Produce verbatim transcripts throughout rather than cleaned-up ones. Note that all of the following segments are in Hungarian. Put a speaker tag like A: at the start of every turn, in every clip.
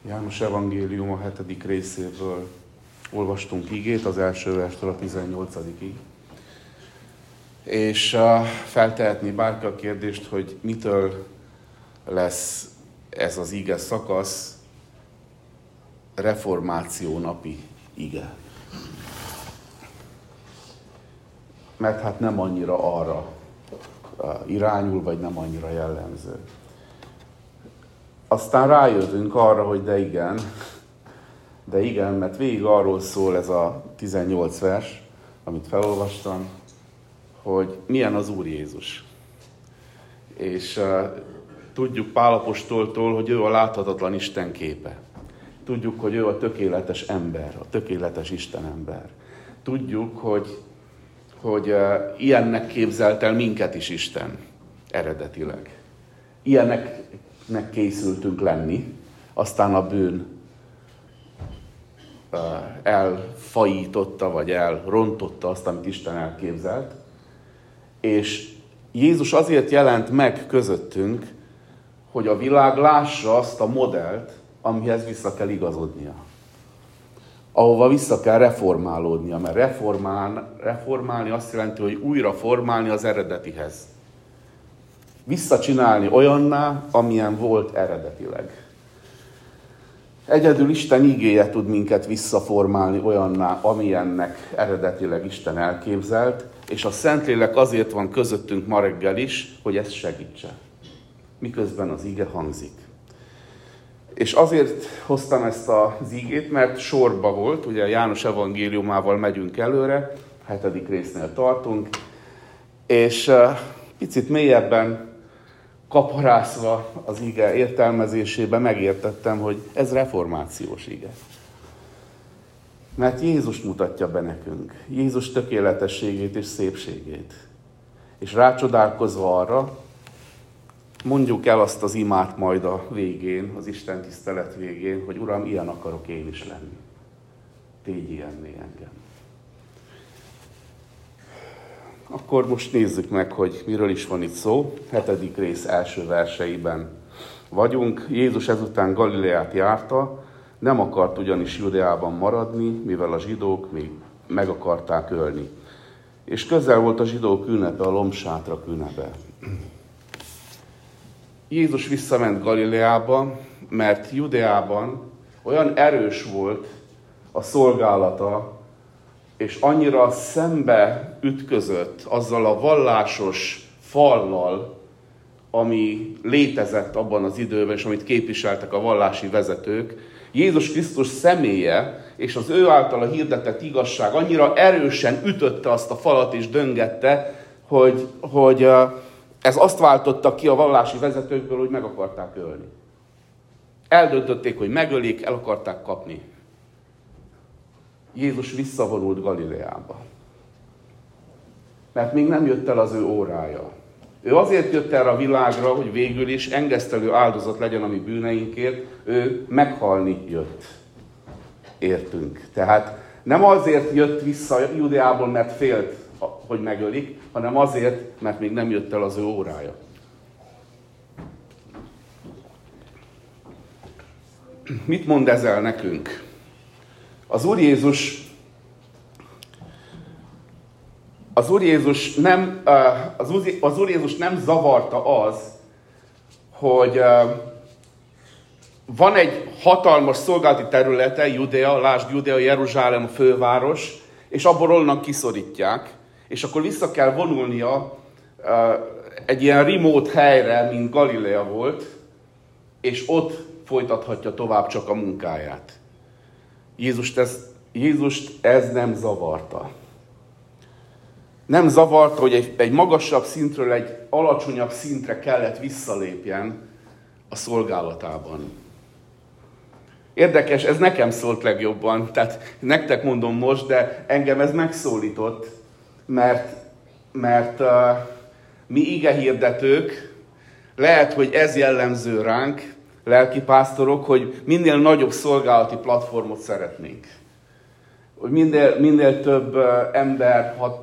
A: János evangélium a hetedik részéből olvastunk igét, az első verstől a tizennyolcadikig. És uh, feltehetné bárki a kérdést, hogy mitől lesz ez az ige szakasz reformáció napi ige. Mert hát nem annyira arra uh, irányul, vagy nem annyira jellemző. Aztán rájövünk arra, hogy de igen, de igen, mert végig arról szól ez a tizennyolc vers, amit felolvastam, hogy milyen az Úr Jézus. És uh, tudjuk Pál apostoltól, hogy ő a láthatatlan Isten képe. Tudjuk, hogy ő a tökéletes ember, a tökéletes Isten ember. Tudjuk, hogy, hogy uh, ilyennek képzelt el minket is Isten eredetileg. Ilyennek nek készültünk lenni, aztán a bűn uh, elfajította, vagy elrontotta azt, amit Isten elképzelt. És Jézus azért jelent meg közöttünk, hogy a világ lássa azt a modellt, amihez vissza kell igazodnia. Ahova vissza kell reformálódnia, mert reformál, reformálni azt jelenti, hogy újra formálni az eredetihez. Visszacsinálni olyanná, amilyen volt eredetileg. Egyedül Isten igéje tud minket visszaformálni olyanná, amilyennek eredetileg Isten elképzelt, és a Szentlélek azért van közöttünk ma reggel is, hogy ezt segítse. Miközben az ige hangzik. És azért hoztam ezt az igét, mert sorba volt, ugye János evangéliumával megyünk előre, a hetedik résznél tartunk, és picit mélyebben kaparászva az ige értelmezésébe megértettem, hogy ez reformációs ige. Mert Jézus mutatja be nekünk, Jézus tökéletességét és szépségét. És rácsodálkozva arra, mondjuk el azt az imát majd a végén, az Isten tisztelet végén, hogy Uram, ilyen akarok én is lenni. Tégy ilyenné engem. Akkor most nézzük meg, hogy miről is van itt szó. Hetedik rész első verseiben vagyunk. Jézus ezután Galileát járta, nem akart ugyanis Judeában maradni, mivel a zsidók még meg akarták ölni. És közel volt a zsidók ünnepe, a lombsátrak ünnepe. Jézus visszament Galileába, mert Judeában olyan erős volt a szolgálata, és annyira szembe ütközött azzal a vallásos fallal, ami létezett abban az időben, és amit képviseltek a vallási vezetők. Jézus Krisztus személye és az ő általa hirdetett igazság annyira erősen ütötte azt a falat és döngette, hogy, hogy ez azt váltotta ki a vallási vezetőkből, hogy meg akarták ölni. Eldöntötték, hogy megölik, el akarták kapni. Jézus visszavonult Galileába. Mert még nem jött el az ő órája. Ő azért jött erre a világra, hogy végül is engesztelő áldozat legyen a mi bűneinkért. Ő meghalni jött. Értünk. Tehát nem azért jött vissza Judeából, mert félt, hogy megölik, hanem azért, mert még nem jött el az ő órája. Mit mond ezzel nekünk? Az Úr Jézus, az Úr Jézus nem, az Úr, az Úr Jézus nem zavarta az, hogy van egy hatalmas szolgálati területe, Judea, lásd Judea, Jeruzsálem a főváros, és abból onnan kiszorítják, és akkor vissza kell vonulnia egy ilyen remote helyre, mint Galilea volt, és ott folytathatja tovább csak a munkáját. Jézust ez, Jézust ez nem zavarta. Nem zavarta, hogy egy, egy magasabb szintről egy alacsonyabb szintre kellett visszalépjen a szolgálatában. Érdekes, ez nekem szólt legjobban, tehát nektek mondom most, de engem ez megszólított, mert, mert uh, mi igehirdetők, lehet, hogy ez jellemző ránk, lelkipásztorok, hogy minél nagyobb szolgálati platformot szeretnénk. Hogy minél, minél több ember hat,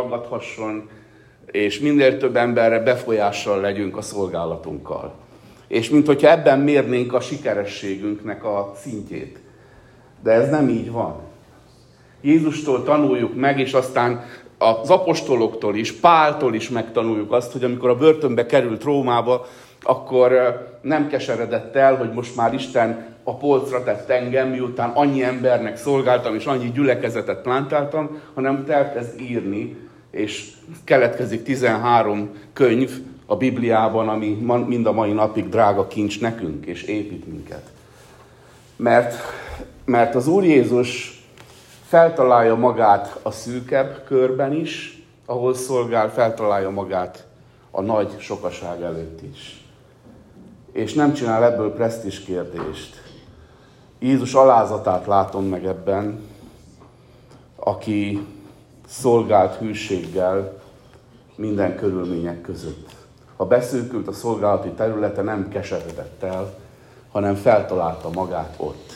A: hallgathasson, és minél több emberre befolyással legyünk a szolgálatunkkal. és minthogyha ebben mérnénk a sikerességünknek a szintjét. De ez nem így van. Jézustól tanuljuk meg, és aztán az apostoloktól is, Páltól is megtanuljuk azt, hogy amikor a börtönbe került Rómába, akkor nem keseredett el, hogy most már Isten a polcra tett engem, miután annyi embernek szolgáltam, és annyi gyülekezetet plántáltam, hanem elkezd írni, és keletkezik tizenhárom könyv a Bibliában, ami mind a mai napig drága kincs nekünk, és épít minket. Mert, mert az Úr Jézus feltalálja magát a szűkebb körben is, ahol szolgál, feltalálja magát a nagy sokaság előtt is. És nem csinál ebből presztízs kérdést. Jézus alázatát látom meg ebben, aki szolgált hűséggel minden körülmények között. Ha beszűkült a szolgálati területe, nem keseredett el, hanem feltalálta magát ott.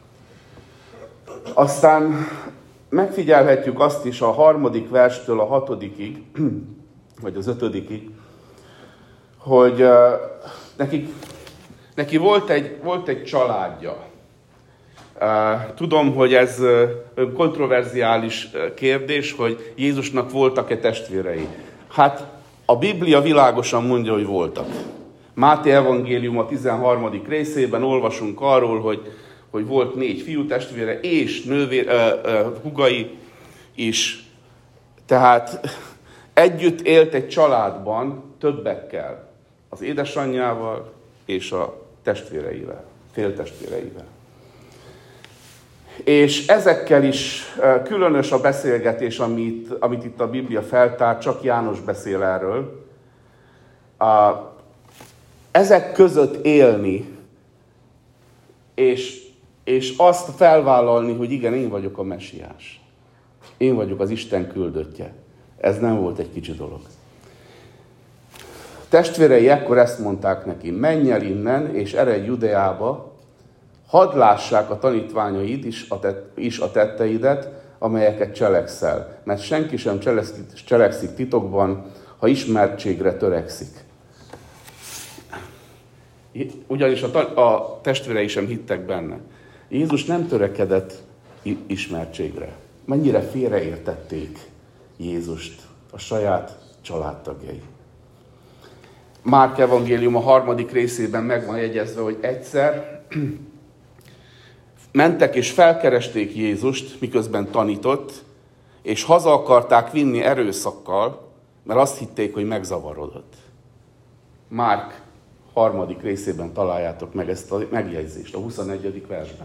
A: Aztán megfigyelhetjük azt is a harmadik verstől a hatodikig, vagy az ötödikig, hogy uh, neki, neki volt, egy, volt egy családja. Uh, tudom, hogy ez uh, kontroverziális uh, kérdés, hogy Jézusnak voltak-e testvérei. Hát a Biblia világosan mondja, hogy voltak. Máté evangélium a tizenharmadik részében olvasunk arról, hogy, hogy volt négy fiú testvére és nővér, uh, uh, húgai is. Tehát együtt élt egy családban többekkel, az édesanyjával és a testvéreivel, féltestvéreivel. És ezekkel is különös a beszélgetés, amit, amit itt a Biblia feltár, csak János beszél erről. Ezek között élni, és, és azt felvállalni, hogy igen, én vagyok a mesiás. Én vagyok az Isten küldöttje. Ez nem volt egy kicsi dolog. Testvérei ekkor ezt mondták neki, menj el innen, és eredj Judeába, hadd lássák a tanítványaid is a, tett, is a tetteidet, amelyeket cselekszel. Mert senki sem cselekszik, cselekszik titokban, ha ismertségre törekszik. Ugyanis a, a testvérei sem hittek benne. Jézus nem törekedett ismertségre. Mennyire félreértették Jézust a saját családtagjai. Márk evangélium a harmadik részében meg van jegyezve, hogy egyszer mentek és felkeresték Jézust, miközben tanított, és haza akarták vinni erőszakkal, mert azt hitték, hogy megzavarodott. Márk harmadik részében találjátok meg ezt a megjegyzést, a huszonegyedik versben.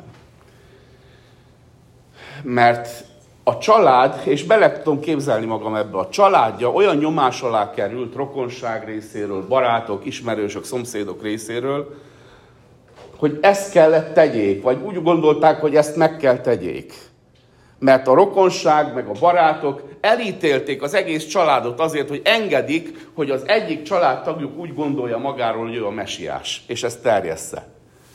A: Mert a család, és bele tudom képzelni magam ebbe, a családja olyan nyomás alá került, rokonság részéről, barátok, ismerősök, szomszédok részéről, hogy ezt kellett tegyék, vagy úgy gondolták, hogy ezt meg kell tegyék. Mert a rokonság, meg a barátok elítélték az egész családot azért, hogy engedik, hogy az egyik családtagjuk úgy gondolja magáról, hogy ő a mesiás, és ezt terjessze.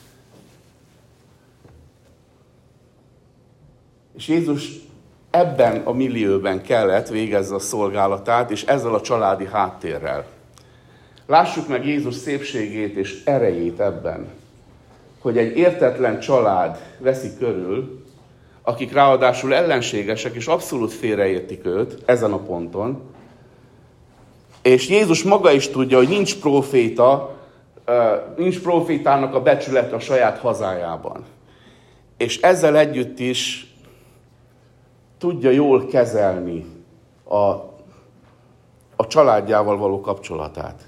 A: És Jézus ebben a millióben kellett végezze a szolgálatát, és ezzel a családi háttérrel. Lássuk meg Jézus szépségét és erejét ebben, hogy egy értetlen család veszi körül, akik ráadásul ellenségesek, és abszolút félreértik őt ezen a ponton, és Jézus maga is tudja, hogy nincs proféta, nincs profétának a becsülete a saját hazájában. És ezzel együtt is tudja jól kezelni a, a családjával való kapcsolatát.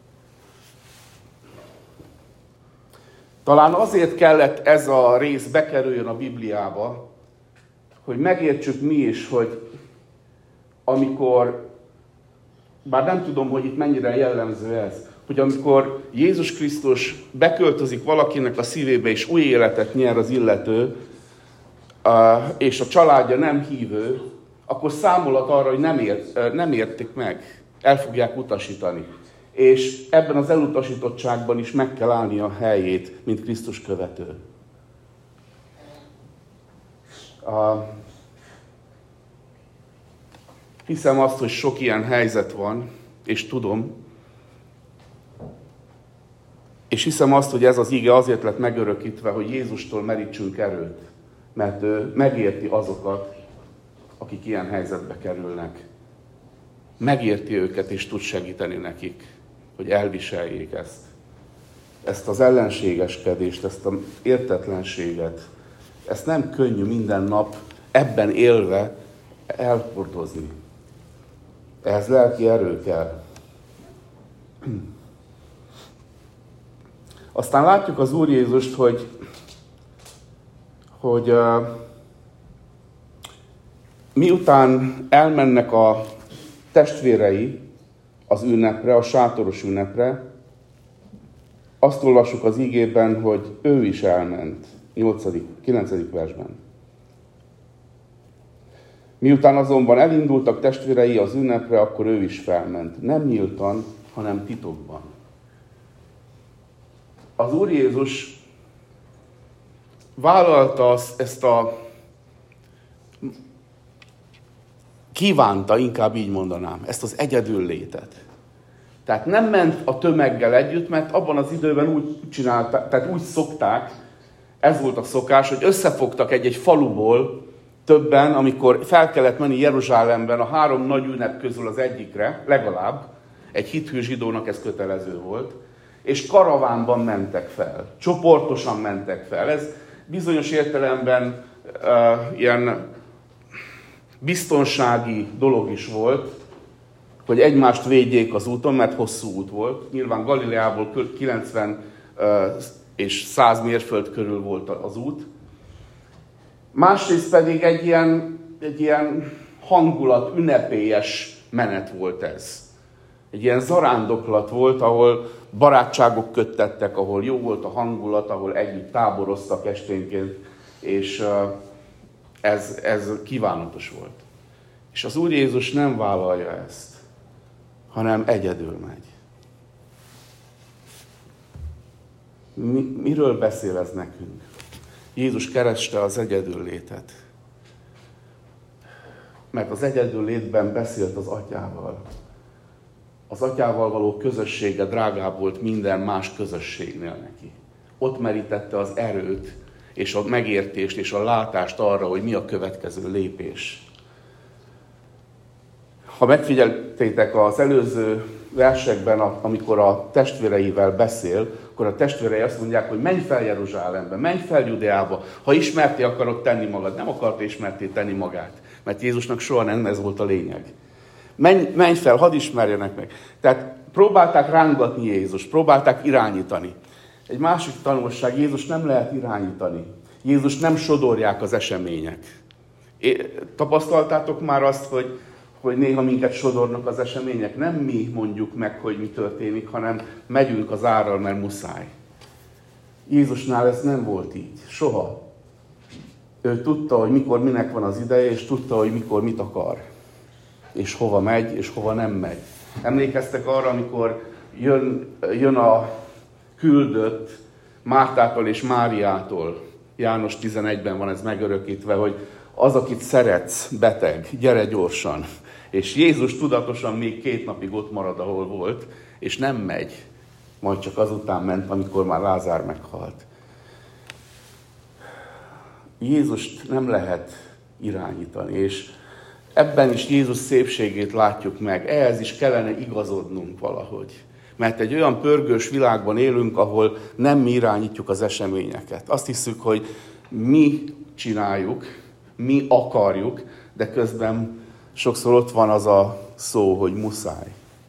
A: Talán azért kellett ez a rész bekerüljön a Bibliába, hogy megértsük mi is, hogy amikor, bár nem tudom, hogy itt mennyire jellemző ez, hogy amikor Jézus Krisztus beköltözik valakinek a szívébe, és új életet nyer az illető, és a családja nem hívő, akkor számolat arra, hogy nem, ért, nem értik meg, el fogják utasítani. És ebben az elutasítottságban is meg kell állni a helyét, mint Krisztus követő. A... Hiszem azt, hogy sok ilyen helyzet van, és tudom, És hiszem azt, hogy ez az ige azért lett megörökítve, hogy Jézustól merítsünk erőt, mert ő megérti azokat, akik ilyen helyzetbe kerülnek. Megérti őket, és tud segíteni nekik, hogy elviseljék ezt. Ezt az ellenségeskedést, ezt az értetlenséget, ezt nem könnyű minden nap ebben élve elhordozni. Ehhez lelki erő kell. Aztán látjuk az Úr Jézust, hogy, hogy uh, miután elmennek a testvérei az ünnepre, a sátoros ünnepre, azt olvassuk az igében, hogy ő is elment, nyolcadik kilencedik versben. Miután azonban elindultak testvérei az ünnepre, akkor ő is felment. Nem nyíltan, hanem titokban. Az Úr Jézus vállalta ezt a... kívánta, inkább így mondanám, ezt az egyedül létet. Tehát nem ment a tömeggel együtt, mert abban az időben úgy csinálták, tehát úgy szokták, ez volt a szokás, hogy összefogtak egy-egy faluból többen, amikor fel kellett menni Jeruzsálemben a három nagy ünnep közül az egyikre, legalább, egy hithű zsidónak ez kötelező volt, és karavánban mentek fel, csoportosan mentek fel. Ez bizonyos értelemben uh, ilyen biztonsági dolog is volt, hogy egymást védjék az úton, mert hosszú út volt. Nyilván Galileából kilencven uh, és száz mérföld körül volt az út. Másrészt pedig egy ilyen, egy ilyen hangulat, ünnepélyes menet volt ez. Egy ilyen zarándoklat volt, ahol barátságok köttettek, ahol jó volt a hangulat, ahol együtt táboroztak esténként, és uh, ez, ez kívánatos volt. És az Úr Jézus nem vállalja ezt, hanem egyedül megy. Mi, miről beszél ez nekünk? Jézus kereste az egyedül létet. Mert az egyedül létben beszélt az Atyával. Az Atyával való közössége drágább volt minden más közösségnél neki. Ott merítette az erőt, és a megértést, és a látást arra, hogy mi a következő lépés. Ha megfigyeltétek az előző versekben, amikor a testvéreivel beszél, akkor a testvérei azt mondják, hogy menj fel Jeruzsálembe, menj fel Judeába, ha ismerté akarod tenni magad. Nem akarta ismerté tenni magát, mert Jézusnak soha nem ez volt a lényeg. Menj, menj fel, hadd ismerjenek meg. Tehát próbálták rángatni Jézust, próbálták irányítani. Egy másik tanulság, Jézus nem lehet irányítani. Jézus nem sodorják az események. É, tapasztaltátok már azt, hogy hogy néha minket sodornak az események. Nem mi mondjuk meg, hogy mi történik, hanem megyünk az árral, mert muszáj. Jézusnál ez nem volt így. Soha. Ő tudta, hogy mikor minek van az ideje, és tudta, hogy mikor mit akar. És hova megy, és hova nem megy. Emlékeztek arra, amikor jön, jön a küldött Mártától és Máriától. János tizenegyben van ez megörökítve, hogy az, akit szeretsz, beteg, gyere gyorsan. És Jézus tudatosan még két napig ott marad, ahol volt, és nem megy. Majd csak azután ment, amikor már Lázár meghalt. Jézust nem lehet irányítani, és ebben is Jézus szépségét látjuk meg. Ehhez is kellene igazodnunk valahogy. Mert egy olyan pörgős világban élünk, ahol nem mi irányítjuk az eseményeket. Azt hiszük, hogy mi csináljuk, mi akarjuk, de közben sokszor ott van az a szó, hogy muszáj.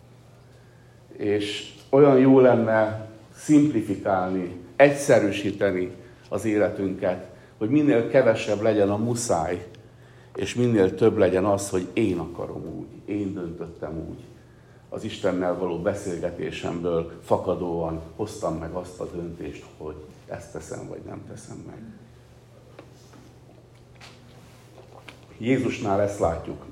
A: És olyan jó lenne szimplifikálni, egyszerűsíteni az életünket, hogy minél kevesebb legyen a muszáj, és minél több legyen az, hogy én akarom úgy, én döntöttem úgy. Az Istennel való beszélgetésemből fakadóan hoztam meg azt a döntést, hogy ezt teszem, vagy nem teszem meg. Jézusnál ezt látjuk.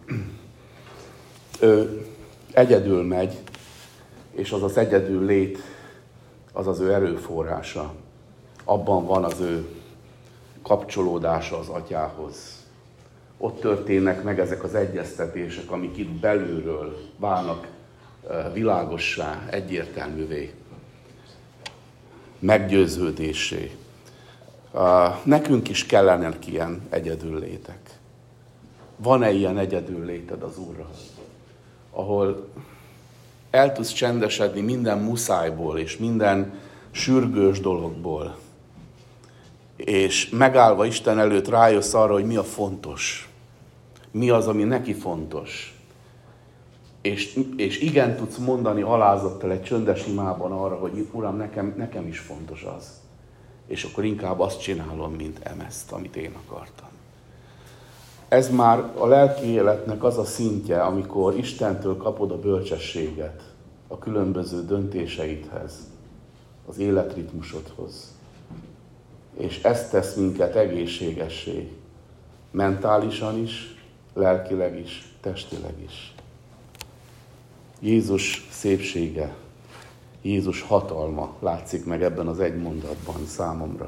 A: Ő egyedül megy, és az az egyedül lét, az az ő erőforrása. Abban van az ő kapcsolódása az Atyához. Ott történnek meg ezek az egyeztetések, amik itt belülről válnak világossá, egyértelművé. meggyőződéssé. Nekünk is kellenek ilyen egyedüllétek. Van-e ilyen egyedülléted az Úrral, ahol el tudsz csendesedni minden muszájból és minden sürgős dologból, és megállva Isten előtt rájössz arra, hogy mi a fontos, mi az, ami neki fontos, és, és igen tudsz mondani alázattal egy csöndes imában arra, hogy Uram, nekem, nekem is fontos az, és akkor inkább azt csinálom, mint emezt, amit én akartam. Ez már a lelki életnek az a szintje, amikor Istentől kapod a bölcsességet a különböző döntéseidhez, az életritmusodhoz. És ez tesz minket egészségessé, mentálisan is, lelkileg is, testileg is. Jézus szépsége, Jézus hatalma látszik meg ebben az egy mondatban számomra.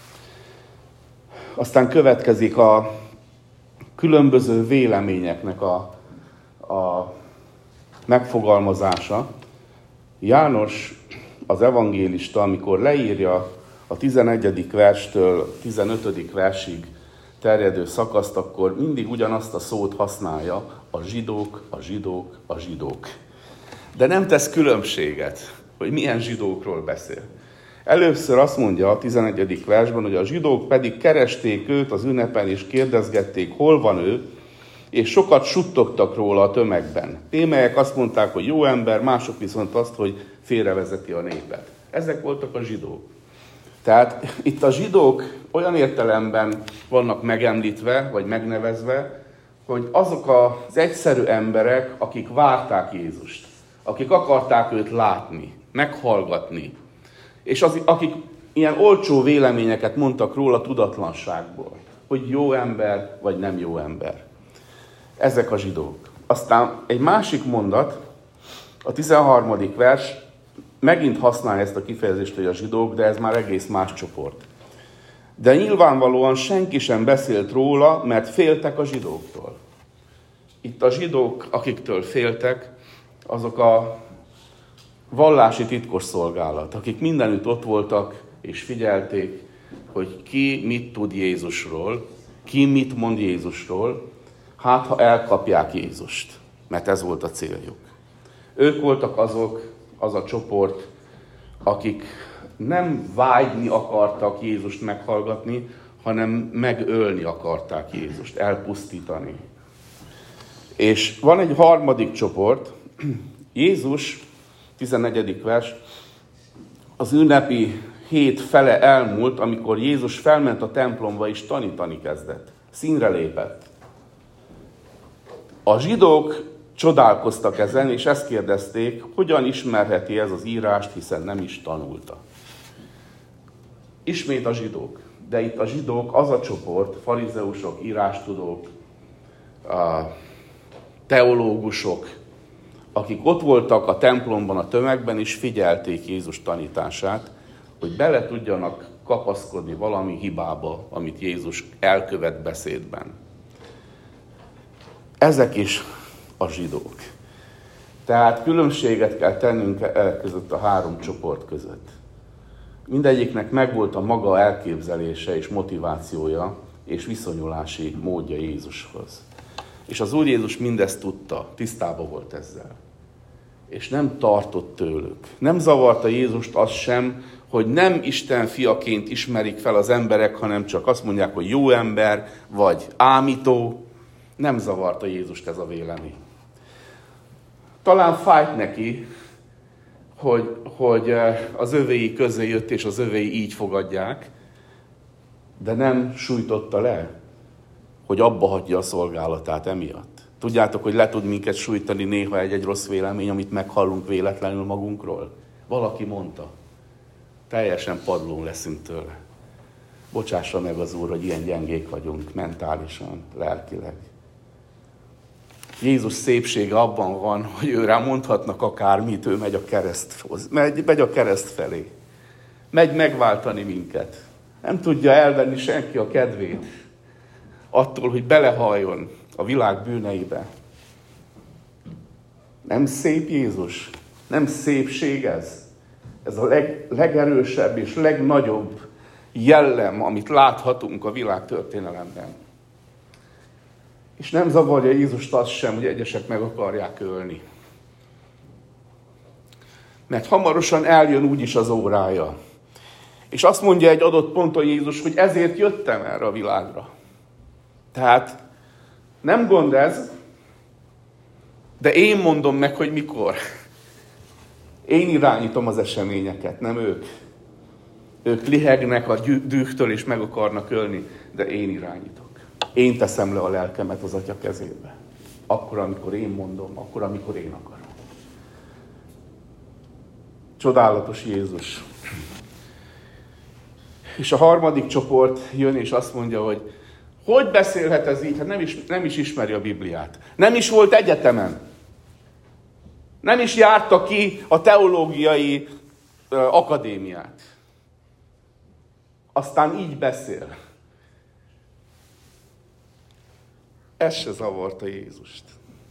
A: Aztán következik a különböző véleményeknek a, a megfogalmazása. János, az evangélista, amikor leírja a tizenegyedik verstől tizenötödik versig terjedő szakaszt, akkor mindig ugyanazt a szót használja, a zsidók, a zsidók, a zsidók. De nem tesz különbséget, hogy milyen zsidókról beszél. Először azt mondja a tizenegyedik versben, hogy a zsidók pedig keresték őt az ünnepen, és kérdezgették, hol van ő, és sokat suttogtak róla a tömegben. Némelyek azt mondták, hogy jó ember, mások viszont azt, hogy félrevezeti a népet. Ezek voltak a zsidók. Tehát itt a zsidók olyan értelemben vannak megemlítve, vagy megnevezve, hogy azok az egyszerű emberek, akik várták Jézust, akik akarták őt látni, meghallgatni, és az, akik ilyen olcsó véleményeket mondtak róla tudatlanságból, hogy jó ember, vagy nem jó ember. Ezek a zsidók. Aztán egy másik mondat, a tizenharmadik vers, megint használja ezt a kifejezést, hogy a zsidók, de ez már egész más csoport. De nyilvánvalóan senki sem beszélt róla, mert féltek a zsidóktól. Itt a zsidók, akiktől féltek, azok a vallási titkosszolgálat, akik mindenütt ott voltak és figyelték, hogy ki mit tud Jézusról, ki mit mond Jézusról, hát ha elkapják Jézust, mert ez volt a céljuk. Ők voltak azok, az a csoport, akik nem vágyni akartak Jézust meghallgatni, hanem megölni akarták Jézust, elpusztítani. És van egy harmadik csoport, Jézus, tizennegyedik vers, az ünnepi hét fele elmúlt, amikor Jézus felment a templomba és tanítani kezdett. Színre lépett. A zsidók csodálkoztak ezen, és ezt kérdezték, hogyan ismerheti ez az írást, hiszen nem is tanulta. Ismét a zsidók. De itt a zsidók az a csoport, farizeusok, írástudók, teológusok, akik ott voltak a templomban, a tömegben, és figyelték Jézus tanítását, hogy bele tudjanak kapaszkodni valami hibába, amit Jézus elkövet beszédben. Ezek is a zsidók. Tehát különbséget kell tennünk el között a három csoport között. Mindegyiknek megvolt a maga elképzelése és motivációja és viszonyulási módja Jézushoz. És az Úr Jézus mindezt tudta, tisztában volt ezzel. És nem tartott tőlük. Nem zavarta Jézust az sem, hogy nem Isten fiaként ismerik fel az emberek, hanem csak azt mondják, hogy jó ember, vagy ámító. Nem zavarta Jézust ez a vélemény. Talán fájt neki, hogy, hogy az övéi közé jött, és az övéi így fogadják, de nem sújtotta le, hogy abba hagyja a szolgálatát emiatt. Tudjátok, hogy le tud minket sújtani néha egy-egy rossz vélemény, amit meghallunk véletlenül magunkról? Valaki mondta. Teljesen padlón leszünk tőle. Bocsássa meg az Úr, hogy ilyen gyengék vagyunk mentálisan, lelkileg. Jézus szépsége abban van, hogy ő rá mondhatnak akármit, ő megy a kereszthoz, megy, megy a kereszt felé. Megy megváltani minket. Nem tudja elvenni senki a kedvét attól, hogy belehalljon a világ bűneibe. Nem szép Jézus? Nem szépség ez? Ez a leg, legerősebb és legnagyobb jellem, amit láthatunk a világ történelemben. És nem zavarja Jézust az sem, hogy egyesek meg akarják ölni. Mert hamarosan eljön úgyis az órája. És azt mondja egy adott ponton Jézus, hogy ezért jöttem erre a világra. Tehát nem gond ez, de én mondom meg, hogy mikor. Én irányítom az eseményeket, nem ők. Ők lihegnek a dühtől és meg akarnak ölni, de én irányítok. Én teszem le a lelkemet az Atya kezébe. Akkor, amikor én mondom, akkor, amikor én akarom. Csodálatos Jézus. És a harmadik csoport jön és azt mondja, hogy hogy beszélhet ez így? Hát nem is, nem is ismeri a Bibliát. Nem is volt egyetemen. Nem is járta ki a teológiai uh, akadémiát. Aztán így beszél. Ez se zavarta Jézust.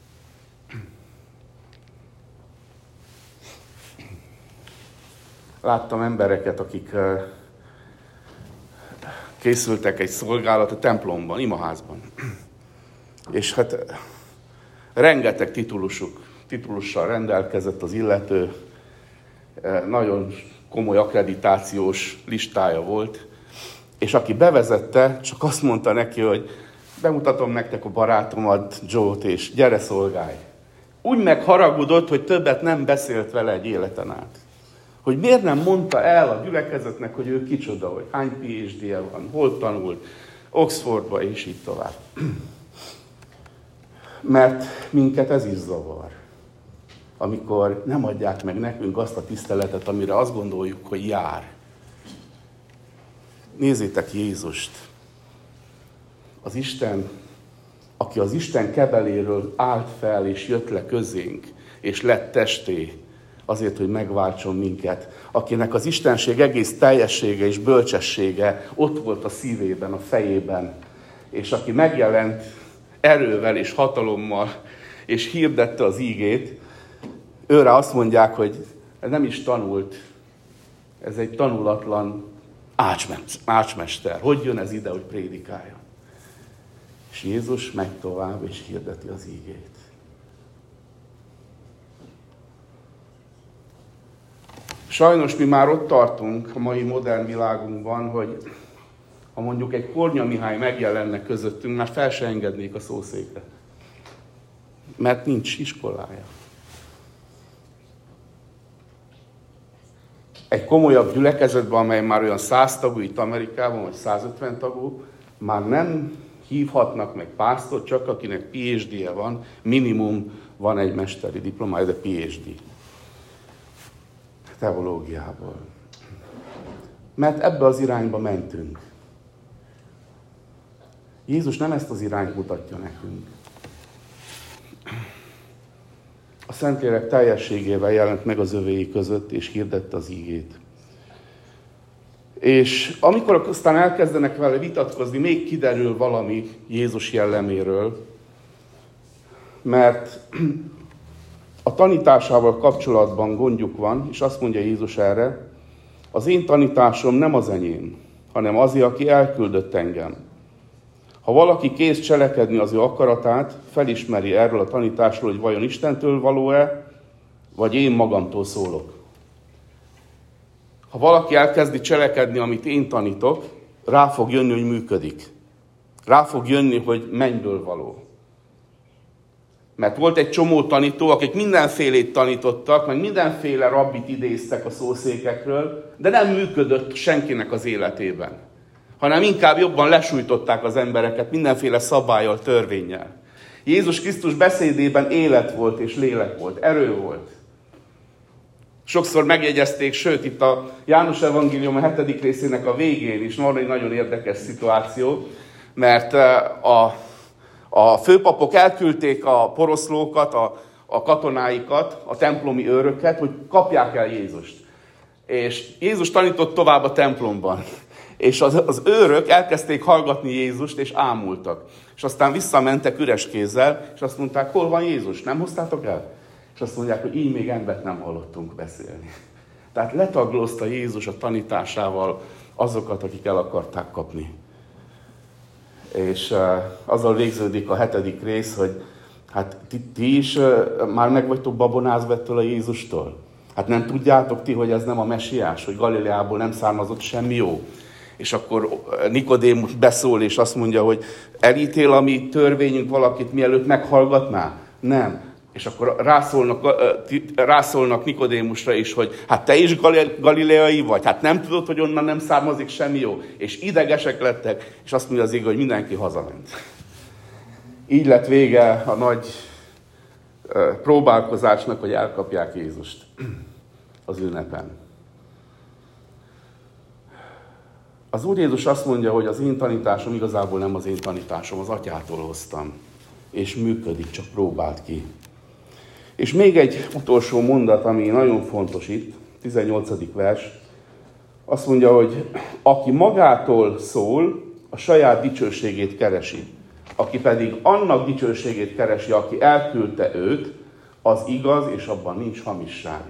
A: Láttam embereket, akik uh, készültek egy szolgálat a templomban, imaházban. És hát rengeteg titulusuk, titulussal rendelkezett az illető, nagyon komoly akkreditációs listája volt, és aki bevezette, csak azt mondta neki, hogy bemutatom nektek a barátomat, Joe-t, és gyere szolgálj. Úgy megharagudott, hogy többet nem beszélt vele egy életen át. Hogy miért nem mondta el a gyülekezetnek, hogy ő kicsoda, hogy hány pé há dé-je van, hol tanult, Oxfordba, és így tovább. Mert minket ez is zavar. Amikor nem adják meg nekünk azt a tiszteletet, amire azt gondoljuk, hogy jár. Nézzétek Jézust. Az Isten, aki az Isten kebeléről állt fel, és jött le közénk, és lett testé, azért, hogy megváltson minket, akinek az istenség egész teljessége és bölcsessége ott volt a szívében, a fejében, és aki megjelent erővel és hatalommal, és hirdette az ígét, őre azt mondják, hogy nem is tanult, ez egy tanulatlan ácsmester. Hogy jön ez ide, hogy prédikálja? És Jézus megy tovább, és hirdeti az ígét. Sajnos mi már ott tartunk a mai modern világunkban, hogy ha mondjuk egy Kornya Mihály megjelenne közöttünk, már fel se engednék a szószékre. Mert nincs iskolája. Egy komolyabb gyülekezetben, amely már olyan száz tagú itt Amerikában, vagy százötven tagú, már nem hívhatnak meg pásztort, csak akinek pé há dé-je van, minimum van egy mesteri diplomája, de pé há dé teológiából. Mert ebbe az irányba mentünk. Jézus nem ezt az irányt mutatja nekünk. A Szentlélek teljességével jelent meg az övéi között, és hirdette az ígét. És amikor aztán elkezdenek vele vitatkozni, még kiderül valami Jézus jelleméről, mert a tanításával kapcsolatban gondjuk van, és azt mondja Jézus erre, az én tanításom nem az enyém, hanem azé, aki elküldött engem. Ha valaki kész cselekedni az ő akaratát, felismeri erről a tanításról, hogy vajon Istentől való-e, vagy én magamtól szólok. Ha valaki elkezdi cselekedni, amit én tanítok, rá fog jönni, hogy működik. Rá fog jönni, hogy mennyből való. Mert volt egy csomó tanító, akik mindenfélét tanítottak, meg mindenféle rabbit idéztek a szószékekről, de nem működött senkinek az életében. Hanem inkább jobban lesújtották az embereket mindenféle szabállyal, törvénnyel. Jézus Krisztus beszédében élet volt és lélek volt, erő volt. Sokszor megjegyezték, sőt, itt a János Evangélium a hetedik részének a végén is van egy nagyon érdekes szituáció, mert a, a főpapok elküldték a poroszlókat, a, a katonáikat, a templomi őröket, hogy kapják el Jézust. És Jézus tanított tovább a templomban. És az, az őrök elkezdték hallgatni Jézust, és ámultak. És aztán visszamentek üres kézzel, és azt mondták, hol van Jézus? Nem hoztátok el? És azt mondják, hogy így még embert nem hallottunk beszélni. Tehát letaglózta Jézus a tanításával azokat, akik el akarták kapni. És uh, azzal végződik a hetedik rész, hogy hát ti, ti is uh, már meg vagytok babonázva ettől a Jézustól. Hát nem tudjátok ti, hogy ez nem a mesiás, hogy Galileából nem származott semmi jó. És akkor Nikodémus beszól, és azt mondja, hogy elítél a mi törvényünk valakit, mielőtt meghallgatná? Nem. És akkor rászólnak, rászólnak Nikodémusra is, hogy hát te is galileai vagy, hát nem tudod, hogy onnan nem származik semmi jó. És idegesek lettek, és azt mondja az ige, hogy mindenki hazament. Így lett vége a nagy próbálkozásnak, hogy elkapják Jézust az ünnepen. Az Úr Jézus azt mondja, hogy az én tanításom igazából nem az én tanításom, az Atyától hoztam. És működik, csak próbált ki. És még egy utolsó mondat, ami nagyon fontos itt, tizennyolcadik vers. Azt mondja, hogy aki magától szól, a saját dicsőségét keresi. Aki pedig annak dicsőségét keresi, aki elküldte őt, az igaz, és abban nincs hamisság.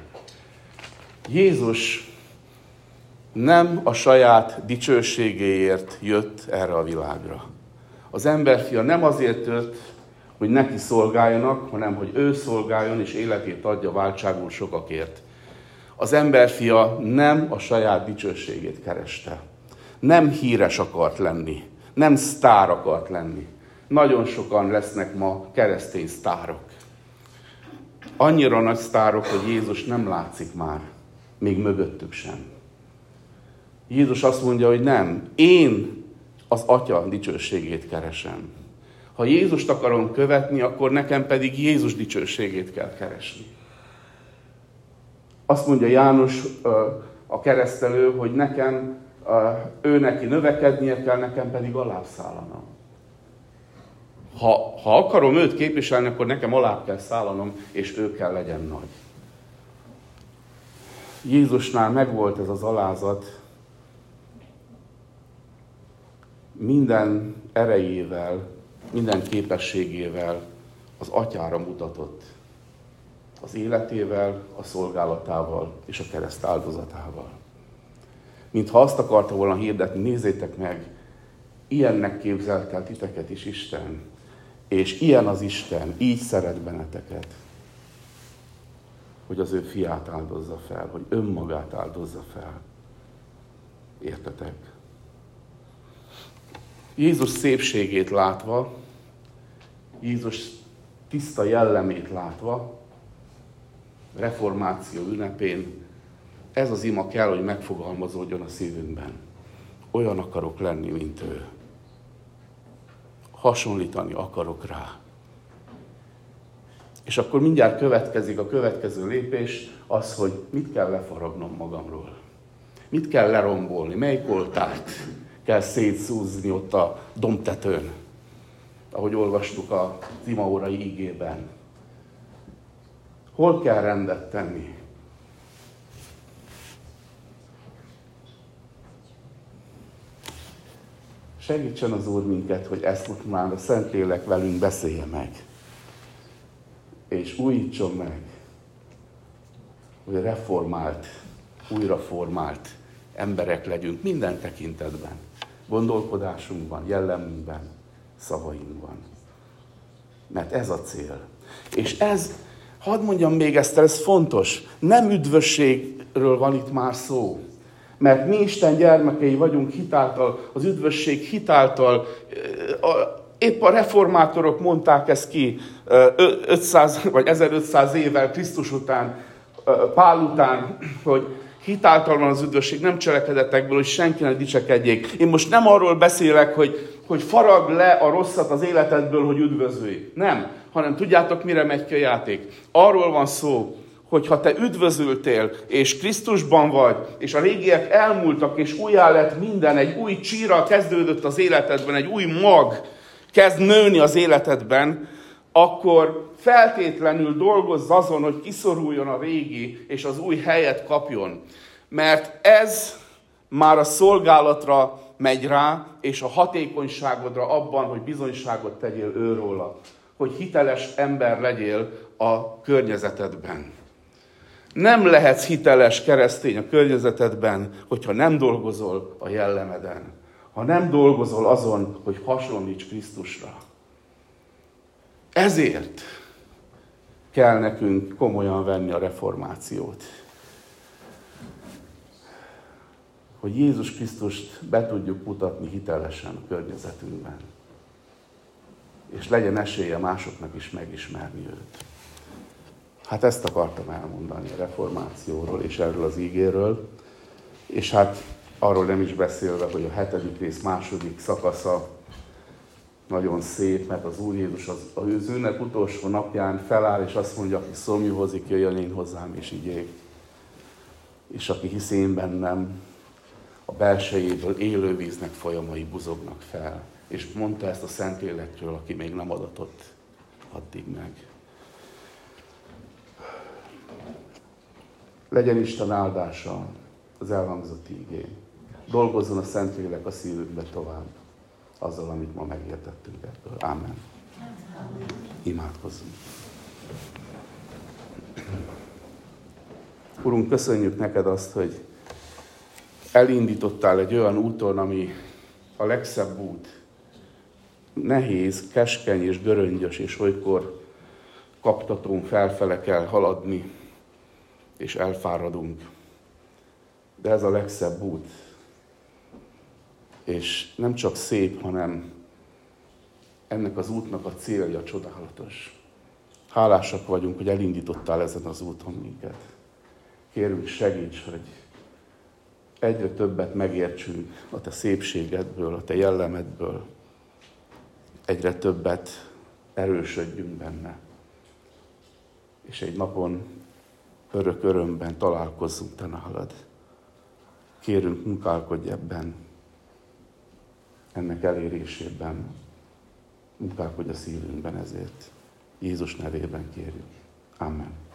A: Jézus nem a saját dicsőségéért jött erre a világra. Az emberfia nem azért jött, hogy neki szolgáljanak, hanem hogy ő szolgáljon és életét adja váltságul sokakért. Az emberfia nem a saját dicsőségét kereste. Nem híres akart lenni. Nem sztár akart lenni. Nagyon sokan lesznek ma keresztény sztárok. Annyira nagy sztárok, hogy Jézus nem látszik már, még mögöttük sem. Jézus azt mondja, hogy nem, én az Atya dicsőségét keresem. Ha Jézust akarom követni, akkor nekem pedig Jézus dicsőségét kell keresni. Azt mondja János, a keresztelő, hogy nekem, ő neki növekednie kell, nekem pedig alább szállanom. Ha, ha akarom őt képviselni, akkor nekem alább kell szállanom, és ő kell legyen nagy. Jézusnál megvolt ez az alázat, minden erejével, minden képességével az Atyára mutatott. Az életével, a szolgálatával és a kereszt áldozatával. Mintha azt akarta volna hirdetni, nézzétek meg, ilyennek képzelt el titeket is Isten, és ilyen az Isten, így szeret benneteket, hogy az ő fiát áldozza fel, hogy önmagát áldozza fel. Értetek? Jézus szépségét látva, Jézus tiszta jellemét látva, reformáció ünnepén ez az ima kell, hogy megfogalmazódjon a szívünkben. Olyan akarok lenni, mint ő. Hasonlítani akarok rá. És akkor mindjárt következik a következő lépés, az, hogy mit kell lefaragnom magamról. Mit kell lerombolni, melyik oltárt kell szétszúzni ott a dombtetőn, ahogy olvastuk a imaórai igében. Hol kell rendet tenni? Segítsen az Úr minket, hogy ezt most már a Szentlélek velünk beszélje meg. És újítson meg, hogy reformált, újraformált emberek legyünk minden tekintetben. Gondolkodásunkban, jellemünkben, szavainkban. Mert ez a cél. És ez, hadd mondjam még ezt, ez fontos, nem üdvösségről van itt már szó. Mert mi Isten gyermekei vagyunk hitáltal, az üdvösség hitáltal. Épp a reformátorok mondták ezt ki ötszáz vagy ezerötszáz évvel Krisztus után, Pál után, hogy hitáltal van az üdvösség, nem cselekedetekből, hogy senki ne dicsekedjék. Én most nem arról beszélek, hogy, hogy faragd le a rosszat az életedből, hogy üdvözülj. Nem, hanem tudjátok, mire megy ki a játék. Arról van szó, hogy ha te üdvözültél, és Krisztusban vagy, és a régiek elmúltak, és újjá lett minden, egy új csíra kezdődött az életedben, egy új mag kezd nőni az életedben, akkor feltétlenül dolgozz azon, hogy kiszoruljon a régi, és az új helyet kapjon. Mert ez már a szolgálatra megy rá, és a hatékonyságodra abban, hogy bizonyságot tegyél őróla. Hogy hiteles ember legyél a környezetedben. Nem lehetsz hiteles keresztény a környezetedben, hogyha nem dolgozol a jellemeden. Ha nem dolgozol azon, hogy hasonlíts Krisztusra. Ezért kell nekünk komolyan venni a reformációt. Hogy Jézus Krisztust be tudjuk mutatni hitelesen a környezetünkben. És legyen esélye másoknak is megismerni őt. Hát ezt akartam elmondani a reformációról és erről az ígéről. És hát arról nem is beszélve, hogy a hetedik rész második szakasza nagyon szép, mert az Úr Jézus az, az ünnep utolsó napján feláll, és azt mondja, aki szomjúhozik, jöjjön én hozzám, és igyék. És aki hisz én bennem, a belsejéből élő víznek folyamai buzognak fel. És mondta ezt a Szentlélekről, aki még nem adatott addig meg. Legyen Isten áldása az elhangzott ígén. Dolgozzon a Szentlélek a szívünkbe tovább, azzal, amit ma megértettünk ebből. Ámen. Imádkozzunk. Urunk, köszönjük neked azt, hogy elindítottál egy olyan úton, ami a legszebb út. Nehéz, keskeny és göröngyös, és olykor kaptatón felfele kell haladni, és elfáradunk. De ez a legszebb út. És nem csak szép, hanem ennek az útnak a célja csodálatos. Hálásak vagyunk, hogy elindítottál ezen az úton minket. Kérünk, segíts, hogy egyre többet megértsünk a te szépségedből, a te jellemedből. Egyre többet erősödjünk benne. És egy napon örök örömben találkozzunk te nálad. Kérünk, munkálkodj ebben, ennek elérésében. Munkálkodj a szívünkben ezért. Jézus nevében kérjük. Amen.